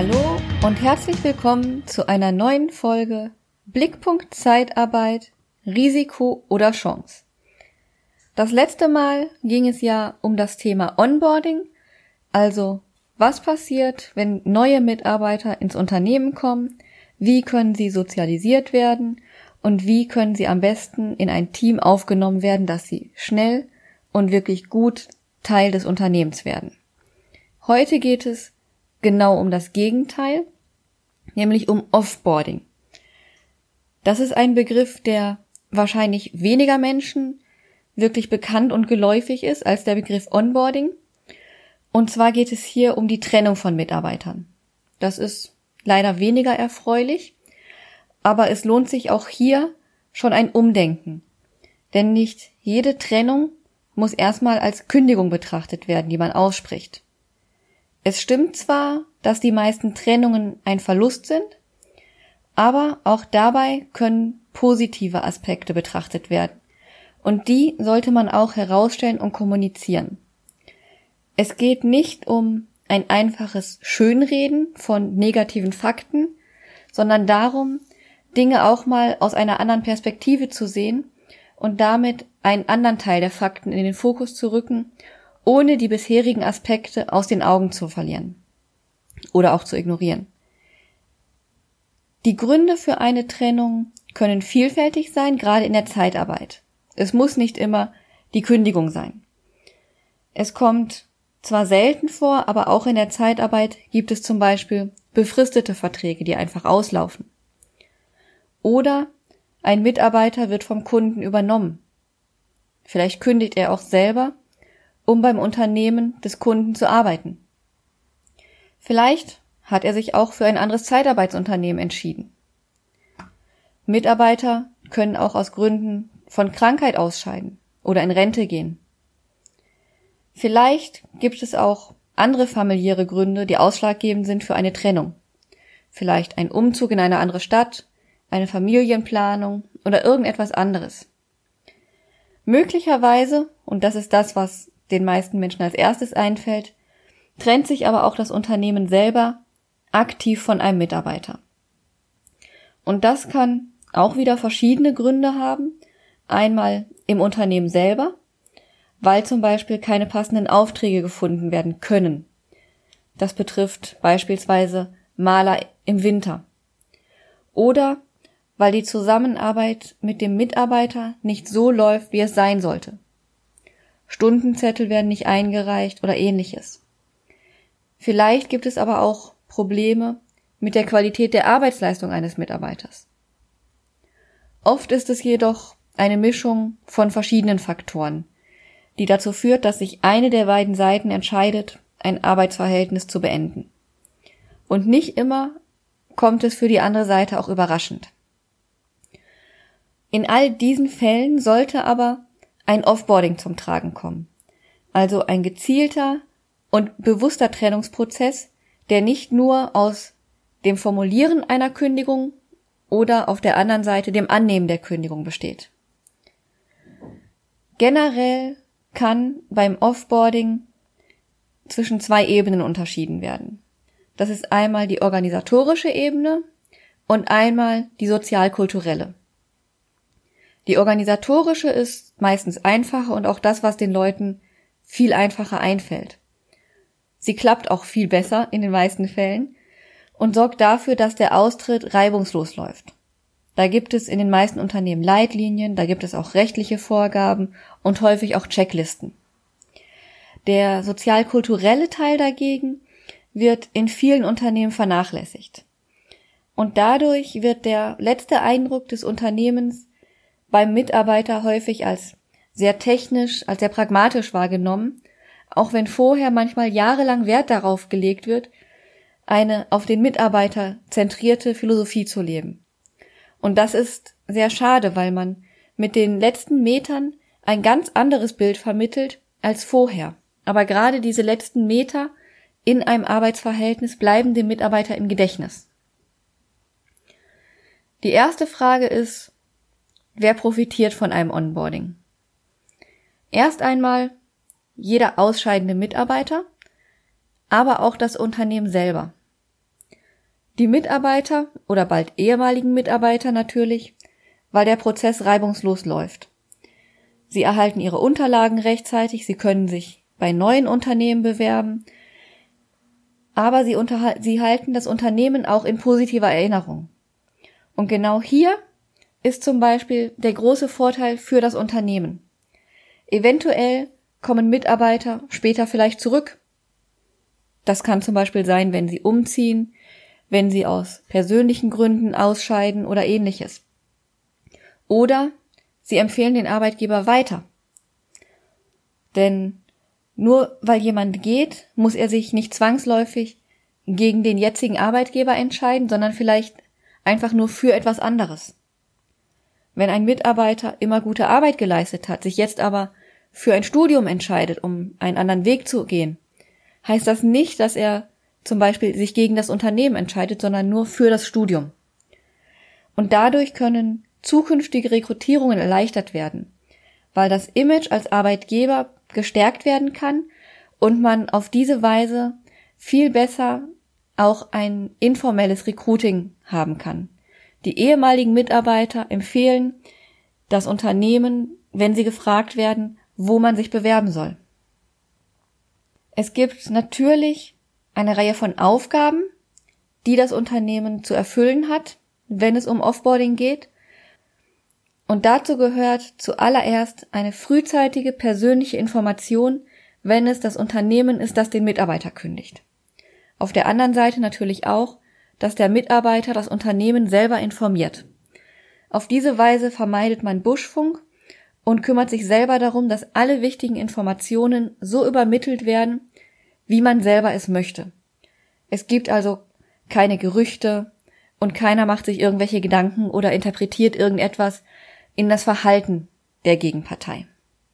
Hallo und herzlich willkommen zu einer neuen Folge Blickpunkt Zeitarbeit, Risiko oder Chance. Das letzte Mal ging es ja um das Thema Onboarding, also was passiert, wenn neue Mitarbeiter ins Unternehmen kommen, wie können sie sozialisiert werden und wie können sie am besten in ein Team aufgenommen werden, dass sie schnell und wirklich gut Teil des Unternehmens werden. Heute geht es genau um das Gegenteil, nämlich um Offboarding. Das ist ein Begriff, der wahrscheinlich weniger Menschen wirklich bekannt und geläufig ist als der Begriff Onboarding. Und zwar geht es hier um die Trennung von Mitarbeitern. Das ist leider weniger erfreulich, aber es lohnt sich auch hier schon ein Umdenken. Denn nicht jede Trennung muss erstmal als Kündigung betrachtet werden, die man ausspricht. Es stimmt zwar, dass die meisten Trennungen ein Verlust sind, aber auch dabei können positive Aspekte betrachtet werden. Und die sollte man auch herausstellen und kommunizieren. Es geht nicht um ein einfaches Schönreden von negativen Fakten, sondern darum, Dinge auch mal aus einer anderen Perspektive zu sehen und damit einen anderen Teil der Fakten in den Fokus zu rücken, ohne die bisherigen Aspekte aus den Augen zu verlieren oder auch zu ignorieren. Die Gründe für eine Trennung können vielfältig sein, gerade in der Zeitarbeit. Es muss nicht immer die Kündigung sein. Es kommt zwar selten vor, aber auch in der Zeitarbeit gibt es zum Beispiel befristete Verträge, die einfach auslaufen. Oder ein Mitarbeiter wird vom Kunden übernommen. Vielleicht kündigt er auch selber, um beim Unternehmen des Kunden zu arbeiten. Vielleicht hat er sich auch für ein anderes Zeitarbeitsunternehmen entschieden. Mitarbeiter können auch aus Gründen von Krankheit ausscheiden oder in Rente gehen. Vielleicht gibt es auch andere familiäre Gründe, die ausschlaggebend sind für eine Trennung. Vielleicht ein Umzug in eine andere Stadt, eine Familienplanung oder irgendetwas anderes. Möglicherweise, und das ist das, was den meisten Menschen als erstes einfällt, trennt sich aber auch das Unternehmen selber aktiv von einem Mitarbeiter. Und das kann auch wieder verschiedene Gründe haben. Einmal im Unternehmen selber, weil zum Beispiel keine passenden Aufträge gefunden werden können. Das betrifft beispielsweise Maler im Winter. Oder weil die Zusammenarbeit mit dem Mitarbeiter nicht so läuft, wie es sein sollte. Stundenzettel werden nicht eingereicht oder ähnliches. Vielleicht gibt es aber auch Probleme mit der Qualität der Arbeitsleistung eines Mitarbeiters. Oft ist es jedoch eine Mischung von verschiedenen Faktoren, die dazu führt, dass sich eine der beiden Seiten entscheidet, ein Arbeitsverhältnis zu beenden. Und nicht immer kommt es für die andere Seite auch überraschend. In all diesen Fällen sollte aber ein Offboarding zum Tragen kommen, also ein gezielter und bewusster Trennungsprozess, der nicht nur aus dem Formulieren einer Kündigung oder auf der anderen Seite dem Annehmen der Kündigung besteht. Generell kann beim Offboarding zwischen zwei Ebenen unterschieden werden. Das ist einmal die organisatorische Ebene und einmal die sozialkulturelle. Die organisatorische ist meistens einfacher und auch das, was den Leuten viel einfacher einfällt. Sie klappt auch viel besser in den meisten Fällen und sorgt dafür, dass der Austritt reibungslos läuft. Da gibt es in den meisten Unternehmen Leitlinien, da gibt es auch rechtliche Vorgaben und häufig auch Checklisten. Der sozialkulturelle Teil dagegen wird in vielen Unternehmen vernachlässigt. Und dadurch wird der letzte Eindruck des Unternehmens beim Mitarbeiter häufig als sehr technisch, als sehr pragmatisch wahrgenommen, auch wenn vorher manchmal jahrelang Wert darauf gelegt wird, eine auf den Mitarbeiter zentrierte Philosophie zu leben. Und das ist sehr schade, weil man mit den letzten Metern ein ganz anderes Bild vermittelt als vorher. Aber gerade diese letzten Meter in einem Arbeitsverhältnis bleiben dem Mitarbeiter im Gedächtnis. Die erste Frage ist, wer profitiert von einem Onboarding? Erst einmal jeder ausscheidende Mitarbeiter, aber auch das Unternehmen selber. Die Mitarbeiter oder bald ehemaligen Mitarbeiter natürlich, weil der Prozess reibungslos läuft. Sie erhalten ihre Unterlagen rechtzeitig, sie können sich bei neuen Unternehmen bewerben, aber sie halten das Unternehmen auch in positiver Erinnerung. Und genau hier ist zum Beispiel der große Vorteil für das Unternehmen. Eventuell kommen Mitarbeiter später vielleicht zurück. Das kann zum Beispiel sein, wenn sie umziehen, wenn sie aus persönlichen Gründen ausscheiden oder ähnliches. Oder sie empfehlen den Arbeitgeber weiter. Denn nur weil jemand geht, muss er sich nicht zwangsläufig gegen den jetzigen Arbeitgeber entscheiden, sondern vielleicht einfach nur für etwas anderes. Wenn ein Mitarbeiter immer gute Arbeit geleistet hat, sich jetzt aber für ein Studium entscheidet, um einen anderen Weg zu gehen, heißt das nicht, dass er zum Beispiel sich gegen das Unternehmen entscheidet, sondern nur für das Studium. Und dadurch können zukünftige Rekrutierungen erleichtert werden, weil das Image als Arbeitgeber gestärkt werden kann und man auf diese Weise viel besser auch ein informelles Recruiting haben kann. Die ehemaligen Mitarbeiter empfehlen das Unternehmen, wenn sie gefragt werden, wo man sich bewerben soll. Es gibt natürlich eine Reihe von Aufgaben, die das Unternehmen zu erfüllen hat, wenn es um Offboarding geht. Und dazu gehört zuallererst eine frühzeitige persönliche Information, wenn es das Unternehmen ist, das den Mitarbeiter kündigt. Auf der anderen Seite natürlich auch, dass der Mitarbeiter das Unternehmen selber informiert. Auf diese Weise vermeidet man Buschfunk und kümmert sich selber darum, dass alle wichtigen Informationen so übermittelt werden, wie man selber es möchte. Es gibt also keine Gerüchte und keiner macht sich irgendwelche Gedanken oder interpretiert irgendetwas in das Verhalten der Gegenpartei.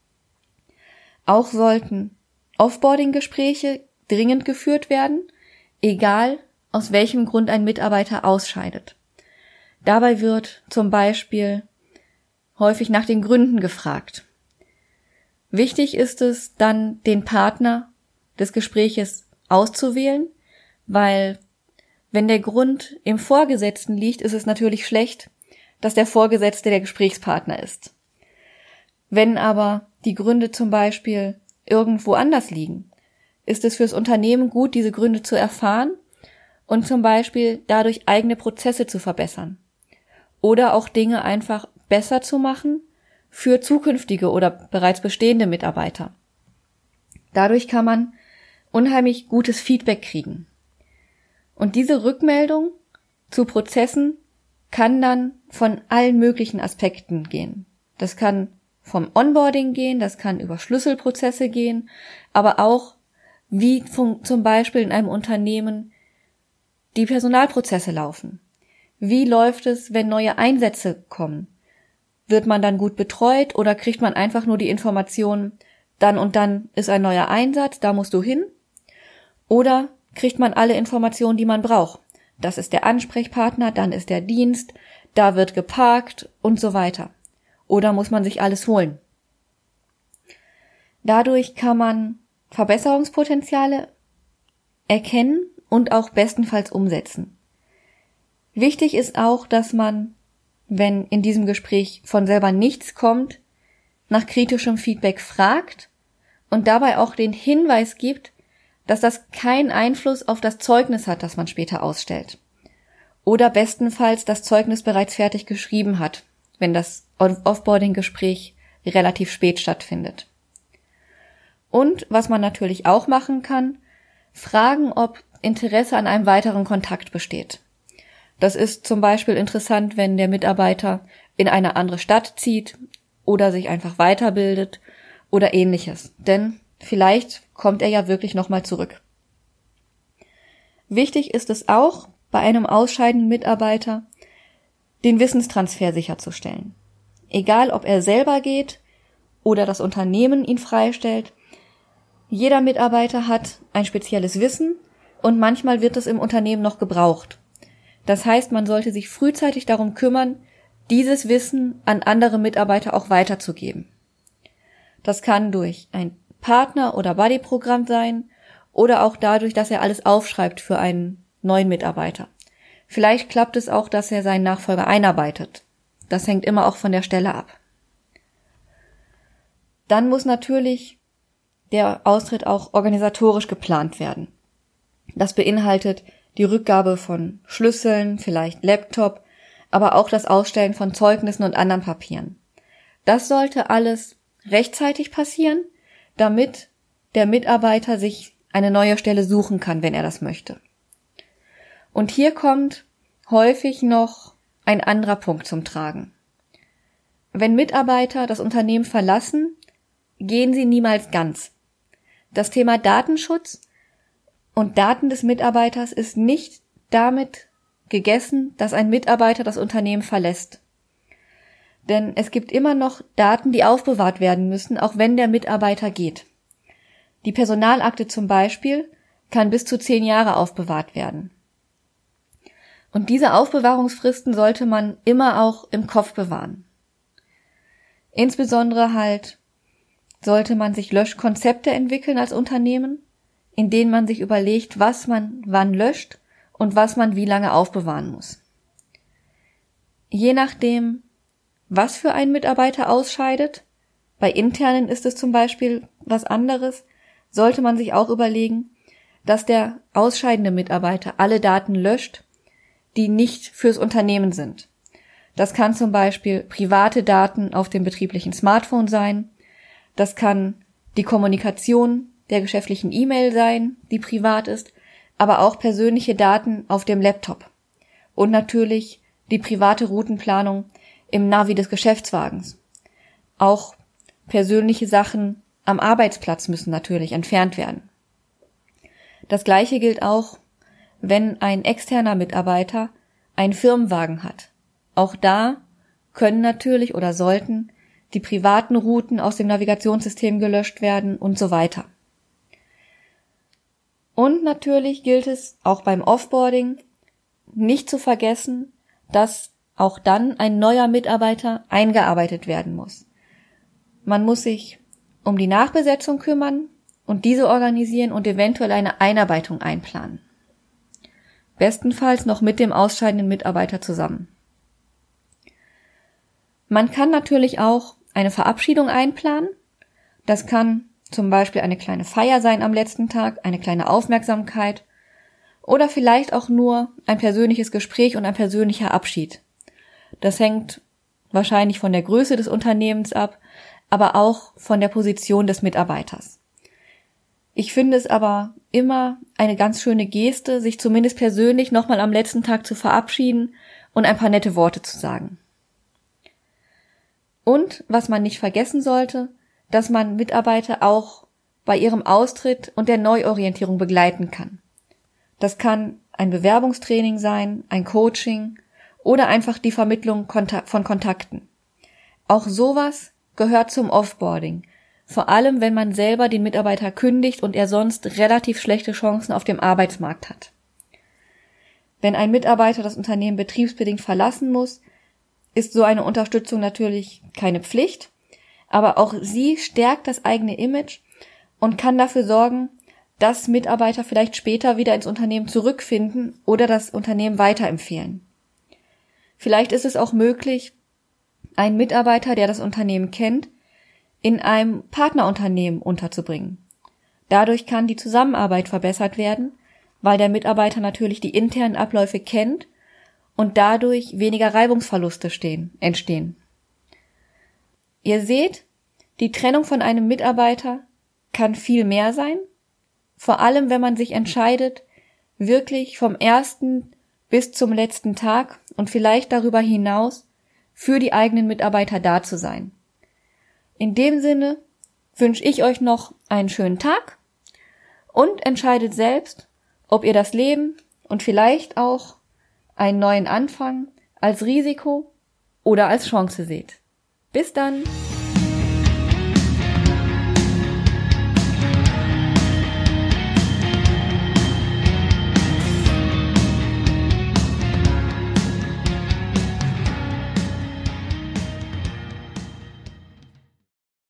Auch sollten Offboarding-Gespräche dringend geführt werden, egal aus welchem Grund ein Mitarbeiter ausscheidet. Dabei wird zum Beispiel häufig nach den Gründen gefragt. Wichtig ist es dann, den Partner des Gespräches auszuwählen, weil wenn der Grund im Vorgesetzten liegt, ist es natürlich schlecht, dass der Vorgesetzte der Gesprächspartner ist. Wenn aber die Gründe zum Beispiel irgendwo anders liegen, ist es fürs Unternehmen gut, diese Gründe zu erfahren und zum Beispiel dadurch eigene Prozesse zu verbessern. Oder auch Dinge einfach besser zu machen für zukünftige oder bereits bestehende Mitarbeiter. Dadurch kann man unheimlich gutes Feedback kriegen. Und diese Rückmeldung zu Prozessen kann dann von allen möglichen Aspekten gehen. Das kann vom Onboarding gehen, das kann über Schlüsselprozesse gehen, aber auch wie zum Beispiel in einem Unternehmen die Personalprozesse laufen. Wie läuft es, wenn neue Einsätze kommen? Wird man dann gut betreut oder kriegt man einfach nur die Information, dann und dann ist ein neuer Einsatz, da musst du hin? Oder kriegt man alle Informationen, die man braucht? Das ist der Ansprechpartner, dann ist der Dienst, da wird geparkt und so weiter. Oder muss man sich alles holen? Dadurch kann man Verbesserungspotenziale erkennen und auch bestenfalls umsetzen. Wichtig ist auch, dass man, wenn in diesem Gespräch von selber nichts kommt, nach kritischem Feedback fragt und dabei auch den Hinweis gibt, dass das keinen Einfluss auf das Zeugnis hat, das man später ausstellt. Oder bestenfalls das Zeugnis bereits fertig geschrieben hat, wenn das Offboarding-Gespräch relativ spät stattfindet. Und was man natürlich auch machen kann, fragen, ob Interesse an einem weiteren Kontakt besteht. Das ist zum Beispiel interessant, wenn der Mitarbeiter in eine andere Stadt zieht oder sich einfach weiterbildet oder ähnliches. Denn vielleicht kommt er ja wirklich nochmal zurück. Wichtig ist es auch, bei einem ausscheidenden Mitarbeiter den Wissenstransfer sicherzustellen. Egal, ob er selber geht oder das Unternehmen ihn freistellt, jeder Mitarbeiter hat ein spezielles Wissen und manchmal wird es im Unternehmen noch gebraucht. Das heißt, man sollte sich frühzeitig darum kümmern, dieses Wissen an andere Mitarbeiter auch weiterzugeben. Das kann durch ein Partner- oder Buddy-Programm sein oder auch dadurch, dass er alles aufschreibt für einen neuen Mitarbeiter. Vielleicht klappt es auch, dass er seinen Nachfolger einarbeitet. Das hängt immer auch von der Stelle ab. Dann muss natürlich der Austritt auch organisatorisch geplant werden. Das beinhaltet die Rückgabe von Schlüsseln, vielleicht Laptop, aber auch das Ausstellen von Zeugnissen und anderen Papieren. Das sollte alles rechtzeitig passieren, damit der Mitarbeiter sich eine neue Stelle suchen kann, wenn er das möchte. Und hier kommt häufig noch ein anderer Punkt zum Tragen. Wenn Mitarbeiter das Unternehmen verlassen, gehen sie niemals ganz. Das Thema Datenschutz und Daten des Mitarbeiters ist nicht damit gegessen, dass ein Mitarbeiter das Unternehmen verlässt. Denn es gibt immer noch Daten, die aufbewahrt werden müssen, auch wenn der Mitarbeiter geht. Die Personalakte zum Beispiel kann bis zu 10 Jahre aufbewahrt werden. Und diese Aufbewahrungsfristen sollte man immer auch im Kopf bewahren. Insbesondere sollte man sich Löschkonzepte entwickeln als Unternehmen, in denen man sich überlegt, was man wann löscht und was man wie lange aufbewahren muss. Je nachdem, was für ein Mitarbeiter ausscheidet, bei internen ist es zum Beispiel was anderes, sollte man sich auch überlegen, dass der ausscheidende Mitarbeiter alle Daten löscht, die nicht fürs Unternehmen sind. Das kann zum Beispiel private Daten auf dem betrieblichen Smartphone sein, das kann die Kommunikation der geschäftlichen E-Mail sein, die privat ist, aber auch persönliche Daten auf dem Laptop und natürlich die private Routenplanung im Navi des Geschäftswagens. Auch persönliche Sachen am Arbeitsplatz müssen natürlich entfernt werden. Das Gleiche gilt auch, wenn ein externer Mitarbeiter einen Firmenwagen hat. Auch da können natürlich oder sollten die privaten Routen aus dem Navigationssystem gelöscht werden und so weiter. Und natürlich gilt es auch beim Offboarding nicht zu vergessen, dass auch dann ein neuer Mitarbeiter eingearbeitet werden muss. Man muss sich um die Nachbesetzung kümmern und diese organisieren und eventuell eine Einarbeitung einplanen. Bestenfalls noch mit dem ausscheidenden Mitarbeiter zusammen. Man kann natürlich auch eine Verabschiedung einplanen. Das kann zum Beispiel eine kleine Feier sein am letzten Tag, eine kleine Aufmerksamkeit oder vielleicht auch nur ein persönliches Gespräch und ein persönlicher Abschied. Das hängt wahrscheinlich von der Größe des Unternehmens ab, aber auch von der Position des Mitarbeiters. Ich finde es aber immer eine ganz schöne Geste, sich zumindest persönlich nochmal am letzten Tag zu verabschieden und ein paar nette Worte zu sagen. Und, was man nicht vergessen sollte, dass man Mitarbeiter auch bei ihrem Austritt und der Neuorientierung begleiten kann. Das kann ein Bewerbungstraining sein, ein Coaching oder einfach die Vermittlung von Kontakten. Auch sowas gehört zum Offboarding, vor allem wenn man selber den Mitarbeiter kündigt und er sonst relativ schlechte Chancen auf dem Arbeitsmarkt hat. Wenn ein Mitarbeiter das Unternehmen betriebsbedingt verlassen muss, ist so eine Unterstützung natürlich keine Pflicht, aber auch sie stärkt das eigene Image und kann dafür sorgen, dass Mitarbeiter vielleicht später wieder ins Unternehmen zurückfinden oder das Unternehmen weiterempfehlen. Vielleicht ist es auch möglich, einen Mitarbeiter, der das Unternehmen kennt, in einem Partnerunternehmen unterzubringen. Dadurch kann die Zusammenarbeit verbessert werden, weil der Mitarbeiter natürlich die internen Abläufe kennt und dadurch weniger Reibungsverluste entstehen. Ihr seht, die Trennung von einem Mitarbeiter kann viel mehr sein, vor allem wenn man sich entscheidet, wirklich vom ersten bis zum letzten Tag und vielleicht darüber hinaus für die eigenen Mitarbeiter da zu sein. In dem Sinne wünsche ich euch noch einen schönen Tag und entscheidet selbst, ob ihr das Leben und vielleicht auch einen neuen Anfang als Risiko oder als Chance seht. Bis dann!